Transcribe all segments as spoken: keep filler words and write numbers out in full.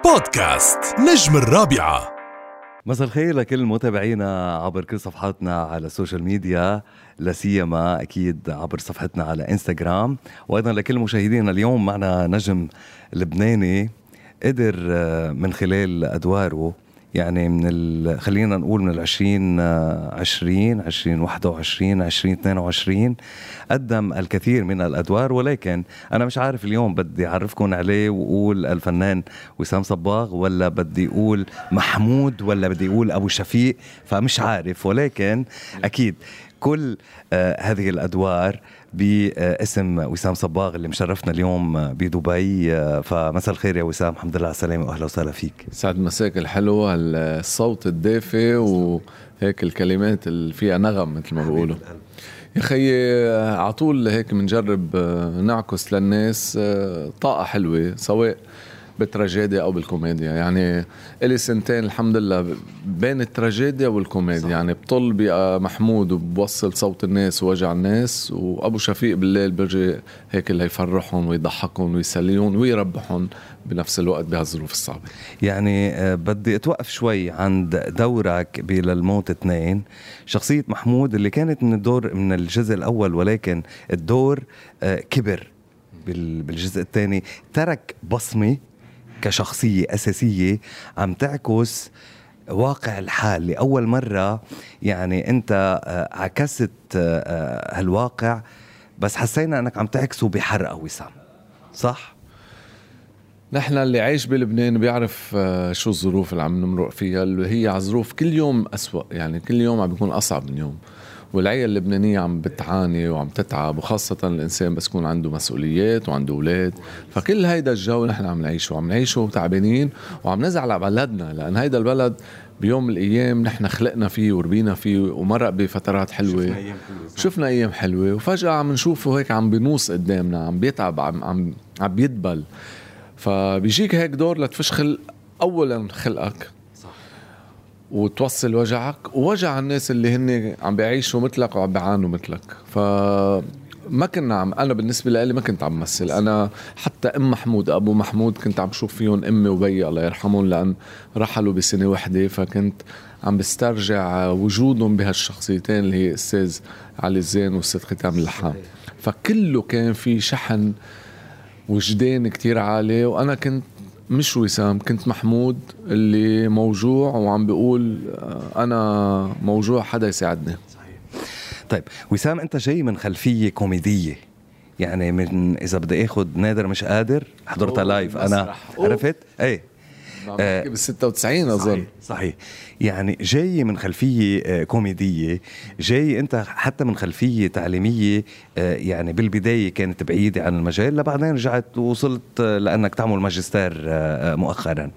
بودكاست نجم الرابعة. مساء الخير لكل متابعينا عبر كل صفحاتنا على السوشيال ميديا، لا سيما اكيد عبر صفحتنا على انستغرام، وايضا لكل مشاهدينا. اليوم معنا نجم لبناني قدر من خلال ادواره، يعني من ال... خلينا نقول من العشرين عشرين عشرين واحد وعشرين عشرين اثنين وعشرين قدم الكثير من الأدوار. ولكن أنا مش عارف اليوم بدي أعرفكم عليه وأقول الفنان وسام صباغ، ولا بدي أقول محمود، ولا بدي أقول أبو شفيق، فمش عارف. ولكن أكيد كل آه هذه الأدوار باسم وسام صباغ اللي مشرفنا اليوم بدبي. فمساء الخير يا وسام، الحمد لله على السلامة وأهلا وسهلا فيك. سعد مساك الحلو، الصوت الدافئ وهيك الكلمات اللي فيها نغم مثل ما بيقولوا. يا خيي عطول هيك منجرب نعكس للناس طاقة حلوة، سواء بالتراجيديا أو بالكوميديا. يعني إلي سنتين الحمد لله بين التراجيديا والكوميديا. يعني بطل بمحمود وبوصل صوت الناس ووجع الناس، وأبو شفيق بالليل برجي هيك اللي يفرحهم ويضحكهم ويسليهم ويربحهم بنفس الوقت بهالظروف الصعبة. يعني بدي أتوقف شوي عند دورك بللموت اثنين، شخصية محمود اللي كانت من الدور من الجزء الأول، ولكن الدور كبر بالجزء الثاني، ترك بصمة كشخصية أساسية عم تعكس واقع الحال لأول مرة. يعني أنت عكست هالواقع، بس حسينا أنك عم تعكسه بحرقة وسام، صح؟ نحن اللي عايش بلبنان بيعرف شو الظروف اللي عم نمرق فيها، اللي هي ظروف كل يوم أسوأ. يعني كل يوم عم بيكون أصعب من يوم، والعيال اللبنانية عم بتعاني وعم تتعب، وخاصة الإنسان بس يكون عنده مسؤوليات وعنده أولاد. فكل هيدا الجو نحن عم نعيشه عم نعيشه تعبانين، وعم نزعل على بلدنا، لأن هيدا البلد بيوم من الأيام نحن خلقنا فيه وربينا فيه ومرق بفترات حلوة، شفنا أيام حلوة, شفنا أيام حلوة وفجأة عم نشوفه هيك عم بنوص قدامنا، عم بيتعب، عم, عم, عم بيدبل. فبيجيك هيك دور لتفشخل أولا خلقك وتوصل وجعك ووجع الناس اللي هن عم بيعيشوا مثلك وعم بيعانوا مثلك. فما كنا عم أنا بالنسبة لي ما كنت عم مثل. أنا حتى أم محمود أبو محمود كنت عم بشوف فيهم أمي وبي الله يرحمهم، لأن رحلوا بسنة واحدة، فكنت عم بسترجع وجودهم بهالشخصيتين اللي هي أستاذ علي الزين والست ختام اللحام. فكله كان في شحن وجدان كتير عالي، وأنا كنت مش وسام، كنت محمود اللي موجوع وعم بيقول أنا موجوع حدا يساعدني. صحيح. طيب وسام، أنت جاي من خلفية كوميدية، يعني من إذا بدي أخذ نادر مش قادر حضرتها لايف أنا، عرفت؟ أي آه بالستة وتسعين أظن. صحيح. صحيح. يعني جاي من خلفية كوميدية، جاي أنت حتى من خلفية تعليمية. يعني بالبداية كانت بعيدة عن المجال، لبعدين رجعت وصلت لأنك تعمل ماجستير مؤخرا.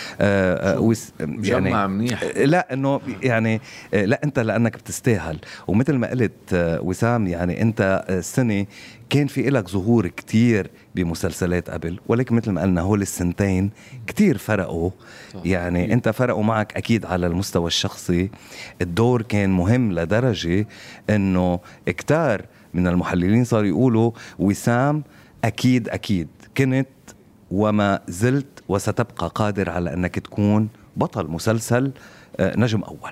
يعني منيح. لا إنه يعني لا أنت لأنك بتستاهل. ومثل ما قلت وسام، يعني أنت السنة كان في إلك ظهور كتير بمسلسلات قبل، ولكن مثل ما قلنا هول السنتين كتير فرقوا. يعني أنت فرقوا معك أكيد على المستوى الشخصي. الدور كان مهم لدرجة أنه كتار من المحللين صار يقولوا وسام أكيد أكيد كنت وما زلت وستبقى قادر على أنك تكون بطل مسلسل نجم أول.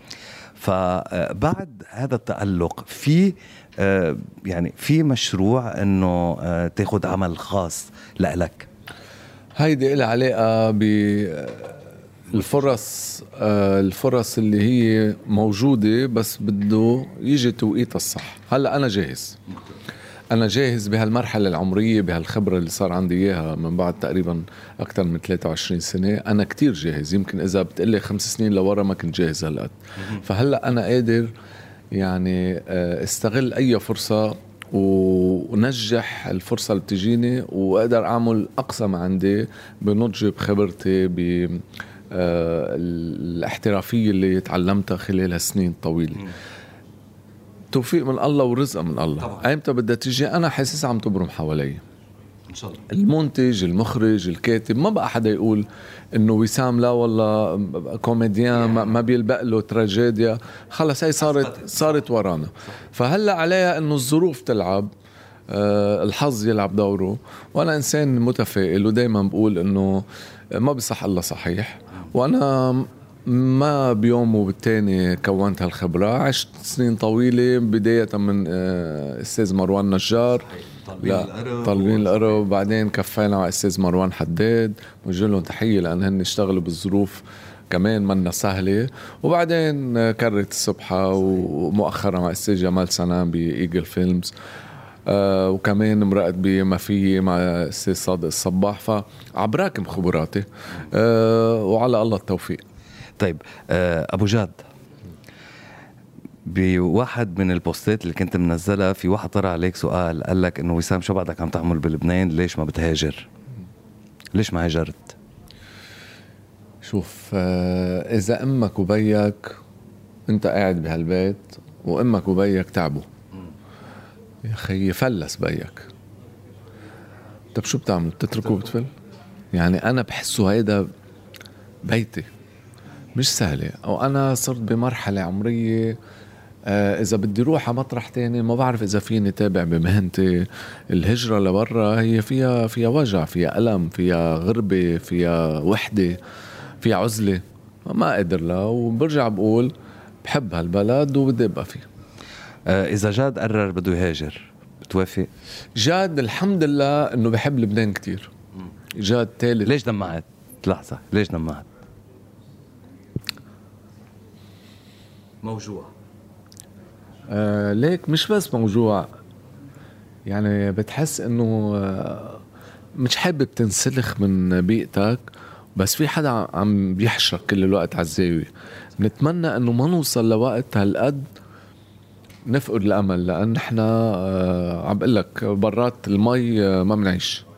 فبعد هذا التألق في يعني في مشروع أنه تاخد عمل خاص لك؟ هيدي إلها علاقة بالفرص الفرص اللي هي موجودة، بس بده يجي توقيتها الصح. هلأ أنا جاهز، أنا جاهز بهالمرحلة العمرية، بهالخبرة اللي صار عندي إياها من بعد تقريبا أكتر من ثلاثة وعشرين سنة. أنا كتير جاهز، يمكن إذا بتقلي خمس سنين لورا ما كنت جاهز هلأ. فهلأ أنا قادر يعني استغل أي فرصة ونجح الفرصة اللي بتجيني، وأقدر أعمل أقصى ما عندي بنضجي بخبرتي بالاحترافية اللي تعلمتها خلال هالسنين الطويلة. توفيق من الله ورزق من الله. أيمتى بدها تيجي أنا حاسس عم تبرم حوالي إن شاء الله. المنتج، المخرج، الكاتب، ما بقى حدا يقول إنه وسام لا والله كوميديان ما بيلبق له تراجيديا. خلص هاي صارت صارت ورانا. فهلا عليها إنه الظروف تلعب. أه الحظ يلعب دوره. وأنا إنسان متفائل ودايما بقول إنه ما بصح الله صحيح، وأنا ما بيوم وبالتاني كونت هالخبرة. عشت سنين طويلة بداية من أستاذ مروان نجار طالبين القرب، بعدين كفينا مع أستاذ مروان حداد، وجه لهم تحية لأن هن اشتغلوا بالظروف كمان منا سهلة. وبعدين كرت السبحة، ومؤخرا مع أستاذ جمال سنان بإيجل فيلمز، آه وكمان مرقت بما فيه مع أستاذ صادق الصباح. فعبراكم خبراتي، آه وعلى الله التوفيق. طيب آه أبو جاد، بواحد من البوستات اللي كنت منزلها في واحد طرح عليك سؤال، قال لك إنه وسام شو بعدك عم تعمل بلبنان، ليش ما بتهاجر؟ ليش ما هاجرت؟ شوف، آه إذا أمك وبيك أنت قاعد بهالبيت وأمك وبيك تعبوا يا أخي فلس بيك، طب شو بتعمل؟ تتركه وبتفل؟ يعني أنا بحسه هيدا بيتي مش سهلة. أو أنا صرت بمرحلة عمرية آه إذا بدي روح على مطرح تاني ما بعرف إذا فيني تابع بمهنتي. الهجرة لبرا هي فيها فيها وجع، فيها ألم، فيها غربة، فيها وحدة، فيها عزلة، ما قادر لا. وبرجع بقول بحب هالبلد وبدي أبقى فيه. آه إذا جاد قرر بده يهاجر بتوافق؟ جاد الحمد لله إنه بحب لبنان كتير. جاد تالي. ليش دمعت؟ لحظة، ليش دمعت؟ موجوع. آه ليك مش بس موجوع، يعني بتحس انه آه مش حابب تنسلخ من بيئتك، بس في حدا عم بيحشرك كل الوقت على الزاوية. بنتمنى انه ما نوصل لوقت هالقد نفقد الامل، لان نحنا آه عم بقلك برات المي آه ما بنعيش.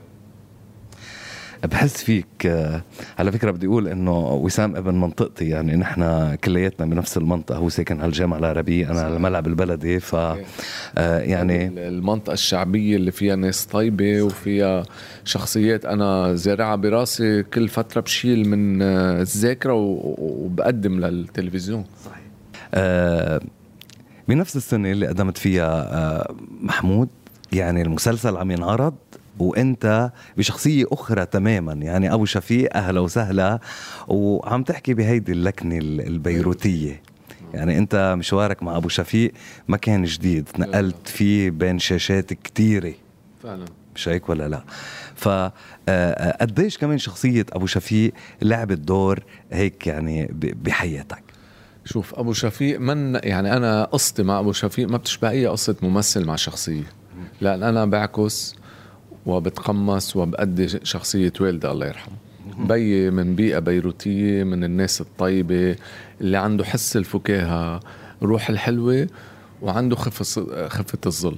بحس فيك آه على فكرة بدي أقول إنه وسام ابن منطقتي، يعني نحن كلياتنا بنفس المنطقة، هو ساكن على الجامعة العربية، أنا على الملعب البلدي. ف آه يعني المنطقة الشعبية اللي فيها ناس طيبة وفيها شخصيات. أنا زارعة براسي كل فترة بشيل من آه الذاكرة وبقدم للتلفزيون. صحيح. آه بنفس السنة اللي قدمت فيها آه محمود، يعني المسلسل عم ينعرض وانت بشخصية اخرى تماما، يعني ابو شفيق اهلا وسهلا، وعم تحكي بهيدي اللكنة البيروتية. يعني انت مشوارك مع ابو شفيق ما كان جديد، نقلت فيه بين شاشات كتيرة فعلا، مش هيك ولا لا؟ فقديش كمان شخصية ابو شفيق لعبت دور هيك يعني بحياتك؟ شوف، ابو شفيق من يعني انا قصتي مع ابو شفيق ما بتشبه اي قصة ممثل مع شخصية، لان انا بعكس وبتقمص وبأدي شخصية والدي الله يرحمه. بي من بيئة بيروتية، من الناس الطيبة اللي عنده حس الفكاهة، روح الحلوة، وعنده خفة خفة الظل.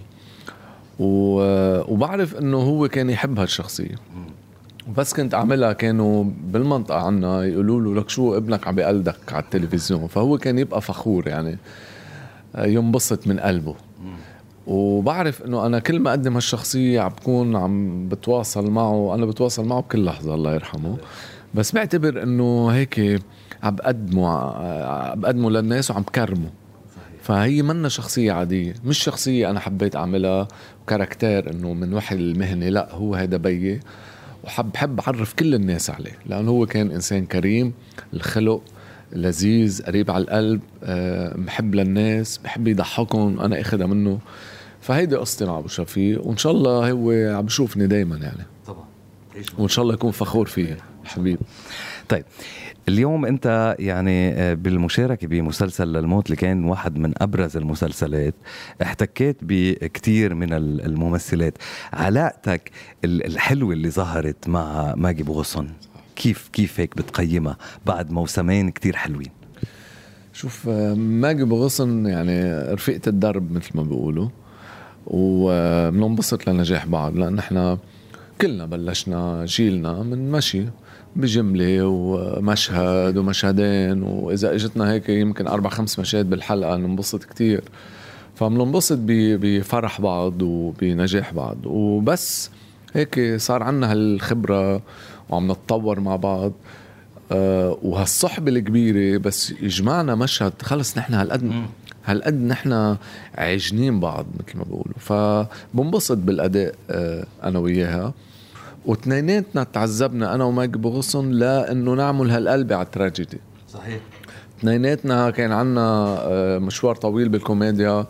وبعرف انه هو كان يحب هالشخصية، وبس كنت اعملها كانوا بالمنطقة عنا يقولوا له لك شو ابنك عم بيقلدك على التلفزيون. فهو كان يبقى فخور، يعني ينبسط من قلبه. وبعرف انه انا كل ما اقدم هالشخصية عم بكون عم بتواصل معه، انا بتواصل معه بكل لحظة الله يرحمه، بس بعتبر انه هيك عم بقدمه عم بقدمه للناس وعم بكرمه. فهي منا شخصية عادية، مش شخصية انا حبيت اعملها وكاركتير انه من وحي المهنة، لا هو هيدا بيي، وحب حب اعرف كل الناس عليه، لانه هو كان انسان كريم الخلق، لذيذ، قريب على القلب، محب للناس، بحب يضحكهم، انا اخدها منه. فهيدي قصتي مع ابو شفيق، وان شاء الله هو عم بشوفني دايما يعني طبعا، وان شاء الله يكون فخور فيه حبيب. طيب اليوم انت يعني بالمشاركة بمسلسل للموت اللي كان واحد من ابرز المسلسلات، احتكيت بكتير من الممثلات. علاقتك الحلوة اللي ظهرت مع ماجي بوغصن كيف كيف هيك بتقيمها بعد موسمين كتير حلوين؟ شوف، ماجي بوغصن يعني رفيقة الدرب مثل ما بيقولوا، وبننبسط لنجاح بعض، لأن احنا كلنا بلشنا جيلنا من مشي بجملة ومشهد ومشهدين، وإذا اجتنا هيك يمكن أربع خمس مشاهد بالحلقة ننبسط كتير. فبننبسط بفرح بعض وبنجاح بعض، وبس هيك صار عنا هالخبرة وعم نتطور مع بعض. أه وهالصحبة الكبيرة بس يجمعنا مشهد خلص نحن هالقد هالقد نحن عاجنين بعض مثل ما بقولوا. فبنبسط بالأداء أنا وياها، وتنيناتنا تعذبنا أنا وماجي بوغصن لأنه نعمل هالقلب على التراجيدي. صحيح. تنيناتنا كان عنا مشوار طويل بالكوميديا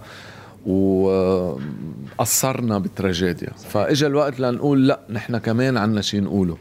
وقصرنا بالتراجيديا، فإجا الوقت لنقول لا نحن كمان عنا شي نقوله.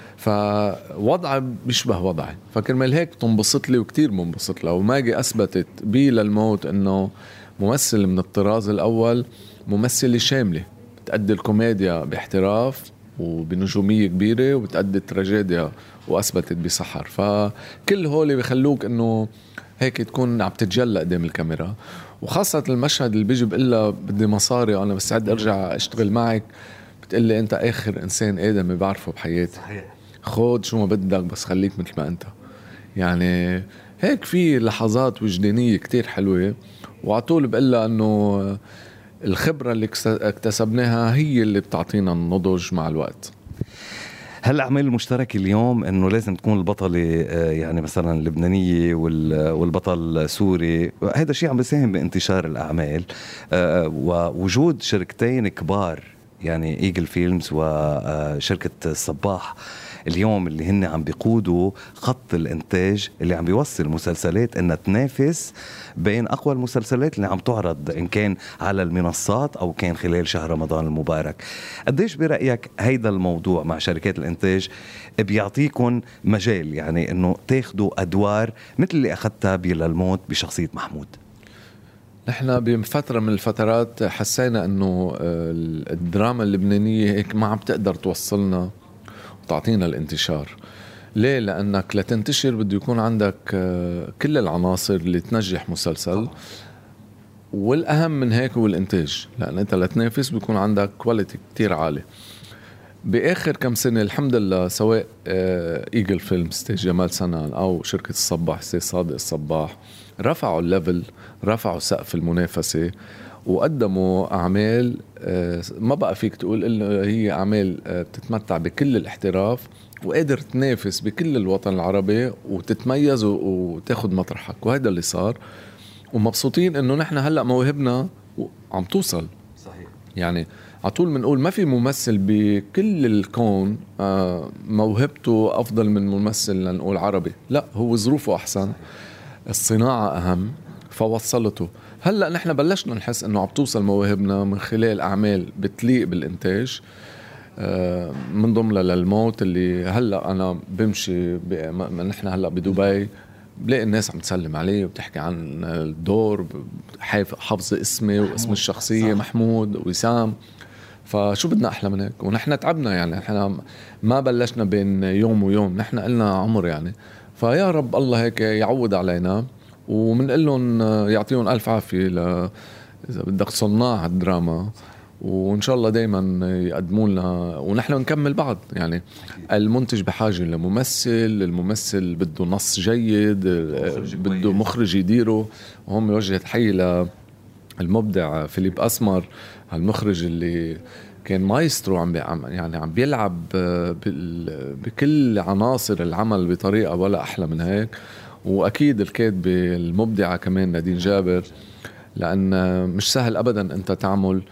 فوضع بيشبه وضعي، فكرمال هيك تنبسط لي وكتير منبسط لها. وماجي أثبتت بي للموت إنه ممثل من الطراز الأول، ممثلة شاملة بتأدي الكوميديا باحتراف وبنجومية كبيرة، وبتأدي التراجيديا وأثبتت بسحر. فكل هولي بيخلوك إنه هيك تكون عم تتجلى قدام الكاميرا. وخاصة المشهد اللي بيجي بقلها بدي مصاري وأنا بستعد أرجع أشتغل معك، بتقلي أنت آخر إنسان آدمي بعرفه بحياتي. صحيح. خود شو ما بدك بس خليك مثل ما أنت. يعني هيك في لحظات وجدانية كتير حلوة، وعطول بقلها أنه الخبرة اللي اكتسبناها هي اللي بتعطينا النضج مع الوقت. هل الأعمال المشتركة اليوم أنه لازم تكون البطلة يعني مثلا لبنانية والبطل سوري، هذا الشيء عم بيساهم بانتشار الأعمال، ووجود شركتين كبار يعني إيجل فيلمز وشركة الصباح اليوم اللي هن عم بيقودوا خط الانتاج اللي عم بيوصل مسلسلات انها تنافس بين اقوى المسلسلات اللي عم تعرض ان كان على المنصات او كان خلال شهر رمضان المبارك. قديش برأيك هيدا الموضوع مع شركات الانتاج بيعطيكم مجال يعني انه تاخدوا ادوار مثل اللي اخذتها بللموت بشخصية محمود؟ نحن بفترة من الفترات حسينا انه الدراما اللبنانية هيك ما عم تقدر توصلنا وتعطينا الانتشار. ليه؟ لأنك لتنتشر بده يكون عندك كل العناصر اللي تنجح مسلسل، والأهم من هيك هو الانتاج، لأن أنت لتنافس بيكون عندك كواليتي كتير عالي. بآخر كم سنة الحمد لله سواء إيجل فيلم ستيج جمال سنان أو شركة الصباح سي صادق الصباح رفعوا الليفل، رفعوا سقف المنافسة، وقدموا أعمال ما بقى فيك تقول إلا هي أعمال بتتمتع بكل الاحتراف وقادر تنافس بكل الوطن العربي وتتميز وتاخد مطرحك. وهذا اللي صار، ومبسوطين إنه نحن هلأ موهبنا عم توصل. صحيح. يعني عطول منقول ما في ممثل بكل الكون موهبته أفضل من ممثل لنقول عربي، لا هو ظروفه أحسن، الصناعة أهم، فوصلته. هلأ نحن بلشنا نحس إنه عم توصل مواهبنا من خلال أعمال بتليق بالإنتاج، من ضمنها للموت اللي هلأ أنا بمشي نحن هلأ بدبي بلاقي الناس عم تسلم عليه وبتحكي عن الدور، حافظ اسمي واسم الشخصية محمود وسام. فشو بدنا أحلى من هيك؟ ونحن تعبنا يعني، نحن ما بلشنا بين يوم ويوم، نحن قلنا عمر يعني. فيا رب الله هيك يعود علينا، ومنقول لهم يعطيهم ألف عافية ل إذا بدك صناع الدراما، وإن شاء الله دايما يقدموا لنا ونحن نكمل بعض. يعني المنتج بحاجة لممثل، الممثل بده نص جيد، بده مخرج يديره. وهم يوجه تحية للمبدع فيليب أسمر، المخرج اللي كان مايسترو، عم يعني عم بيلعب بكل عناصر العمل بطريقة ولا أحلى من هيك. وأكيد الكاتبة المبدعة كمان نادين جابر، لأن مش سهل أبدا أنت تعمل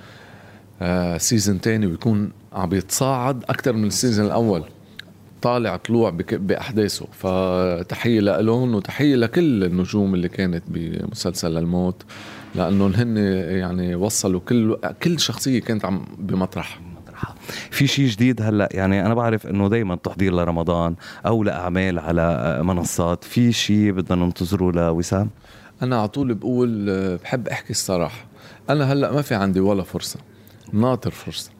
سيزن تاني ويكون عم يتصاعد أكتر من السيزن الأول، طالع طلوع بأحداثه. فتحية لهم وتحية لكل النجوم اللي كانت بمسلسل الموت، لأنه هن يعني وصلوا كل كل شخصية كانت عم بمطرح. في شيء جديد هلأ يعني أنا بعرف أنه دايما تحضير لرمضان أو لأعمال على منصات، في شيء بدنا ننتظره لوسام؟ أنا عطول بقول بحب أحكي الصراحة، أنا هلأ ما في عندي ولا فرصة، ناطر فرصة،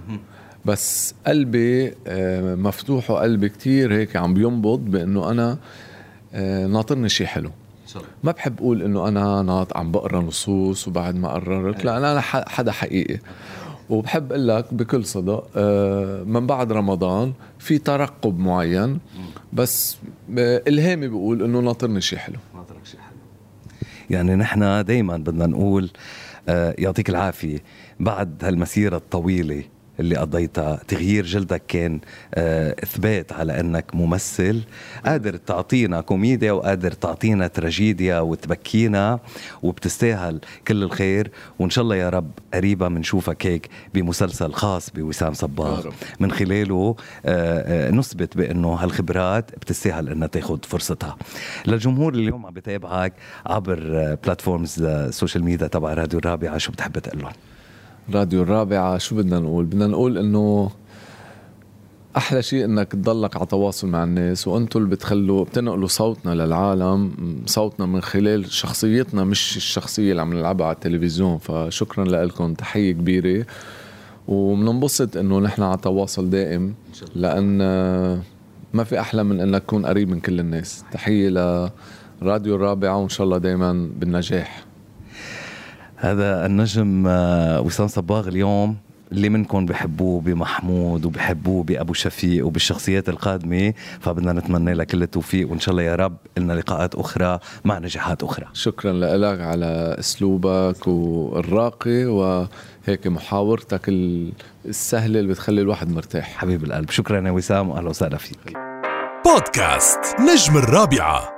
بس قلبي مفتوح وقلبي كتير هيك عم بينبض بأنه أنا ناطرني شيء حلو. ما بحب أقول أنه أنا ناط عم بقرأ نصوص وبعد ما قررت، لا أنا حدا حقيقي. وبحب أقول لك بكل صدق من بعد رمضان في ترقب معين، بس إلهامي بقول أنه ناطرني شيء حلو. ناطرك شيء حلو. يعني نحن دايما بدنا نقول يعطيك العافية بعد هالمسيرة الطويلة اللي قضيتها، تغيير جلدك كان آه إثبات على أنك ممثل قادر تعطينا كوميديا وقادر تعطينا تراجيديا وتبكينا، وبتستاهل كل الخير. وإن شاء الله يا رب قريبا منشوفك هيك بمسلسل خاص بوسام صباغ، من خلاله آه آه نثبت بأنه هالخبرات بتستاهل أنها تاخد فرصتها. للجمهور اللي اليوم عم بتابعك عبر آه بلاتفورمز السوشيال ميديا تبع راديو الرابعة، شو بتحب تقول لهم؟ راديو الرابعة شو بدنا نقول؟ بدنا نقول انه احلى شيء انك تضلك على تواصل مع الناس، وانتم اللي بتخلوا بتنقلوا صوتنا للعالم، صوتنا من خلال شخصيتنا مش الشخصية اللي عم نلعبها على التلفزيون. فشكرا لكم، تحية كبيرة، ومننبسط انه نحن على تواصل دائم، لان ما في احلى من انك تكون قريب من كل الناس. تحية لراديو الرابعة، وان شاء الله دائما بالنجاح. هذا النجم وسام صباغ اليوم اللي منكم بحبوه بمحمود وبحبوه بأبو شفيق وبالشخصيات القادمة، فبدنا نتمنى لك كل التوفيق، وإن شاء الله يا رب لنا لقاءات أخرى مع نجاحات أخرى. شكرا لك على أسلوبك والراقي وهيك محاورتك السهلة اللي بتخلي الواحد مرتاح. حبيب القلب، شكرا يا وسام وأهلا وسهلا فيك. بودكاست نجم الرابعة.